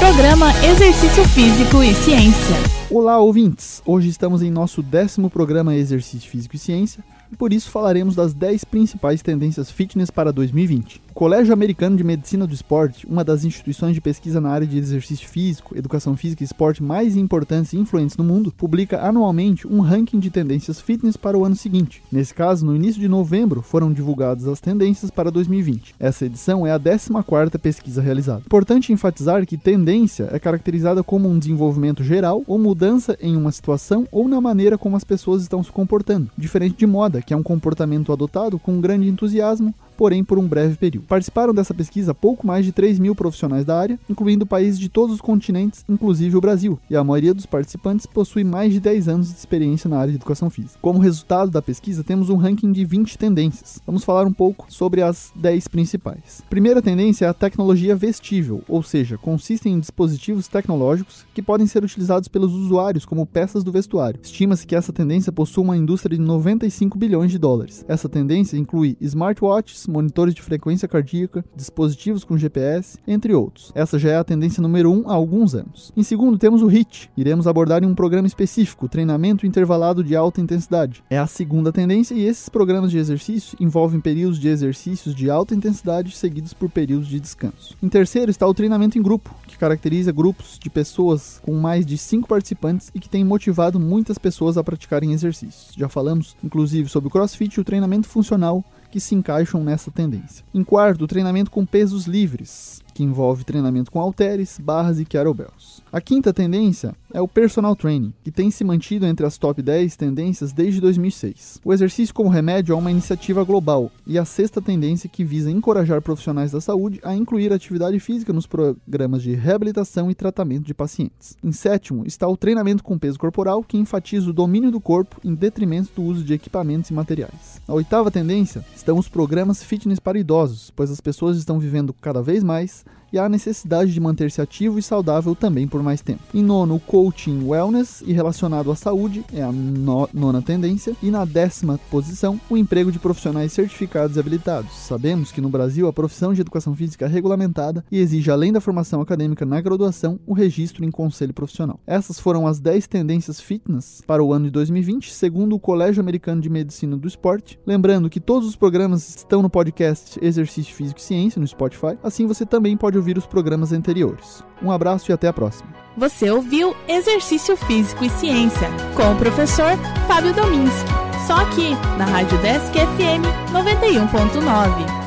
Programa Exercício Físico e Ciência. Olá, ouvintes! Hoje estamos em nosso 10º programa Exercício Físico e Ciência e por isso falaremos das 10 principais tendências fitness para 2020. O Colégio Americano de Medicina do Esporte, uma das instituições de pesquisa na área de exercício físico, educação física e esporte mais importantes e influentes no mundo, publica anualmente um ranking de tendências fitness para o ano seguinte. Nesse caso, no início de novembro, foram divulgadas as tendências para 2020. Essa edição é a 14ª pesquisa realizada. Importante enfatizar que tendência é caracterizada como um desenvolvimento geral ou mudança em uma situação ou na maneira como as pessoas estão se comportando, diferente de moda, que é um comportamento adotado com grande entusiasmo, porém por um breve período. Participaram dessa pesquisa pouco mais de 3.000 profissionais da área, incluindo países de todos os continentes, inclusive o Brasil, e a maioria dos participantes possui mais de 10 anos de experiência na área de educação física. Como resultado da pesquisa, temos um ranking de 20 tendências. Vamos falar um pouco sobre as 10 principais. Primeira tendência é a tecnologia vestível, ou seja, consiste em dispositivos tecnológicos que podem ser utilizados pelos usuários como peças do vestuário. Estima-se que essa tendência possui uma indústria de 95 bilhões de dólares. Essa tendência inclui smartwatches, monitores de frequência cardíaca, dispositivos com GPS, entre outros. Essa já é a tendência número 1 há alguns anos. Em segundo, temos o HIIT. Iremos abordar em um programa específico, treinamento intervalado de alta intensidade. É a segunda tendência e esses programas de exercício envolvem períodos de exercícios de alta intensidade seguidos por períodos de descanso. Em terceiro está o treinamento em grupo, que caracteriza grupos de pessoas com mais de 5 participantes e que tem motivado muitas pessoas a praticarem exercícios. Já falamos, inclusive, sobre o CrossFit e o treinamento funcional, que se encaixam nessa tendência. Em quarto, o treinamento com pesos livres, que envolve treinamento com halteres, barras e kettlebells. A quinta tendência é o personal training, que tem se mantido entre as top 10 tendências desde 2006. O exercício como remédio é uma iniciativa global, e a sexta tendência que visa encorajar profissionais da saúde a incluir atividade física nos programas de reabilitação e tratamento de pacientes. Em sétimo, está o treinamento com peso corporal, que enfatiza o domínio do corpo em detrimento do uso de equipamentos e materiais. A oitava tendência estão os programas fitness para idosos, pois as pessoas estão vivendo cada vez mais e há a necessidade de manter-se ativo e saudável também por mais tempo. Em nono, o coaching wellness e relacionado à saúde é a nona tendência. E na 10ª posição, o emprego de profissionais certificados e habilitados. Sabemos que no Brasil a profissão de educação física é regulamentada e exige, além da formação acadêmica na graduação, o registro em conselho profissional. Essas foram as 10 tendências fitness para o ano de 2020, segundo o Colégio Americano de Medicina do Esporte. Lembrando que todos os programas estão no podcast Exercício Físico e Ciência no Spotify, assim você também pode ouvir os programas anteriores. Um abraço e até a próxima. Você ouviu Exercício Físico e Ciência com o professor Fábio Dominski, só aqui na Rádio Desk FM 91.9.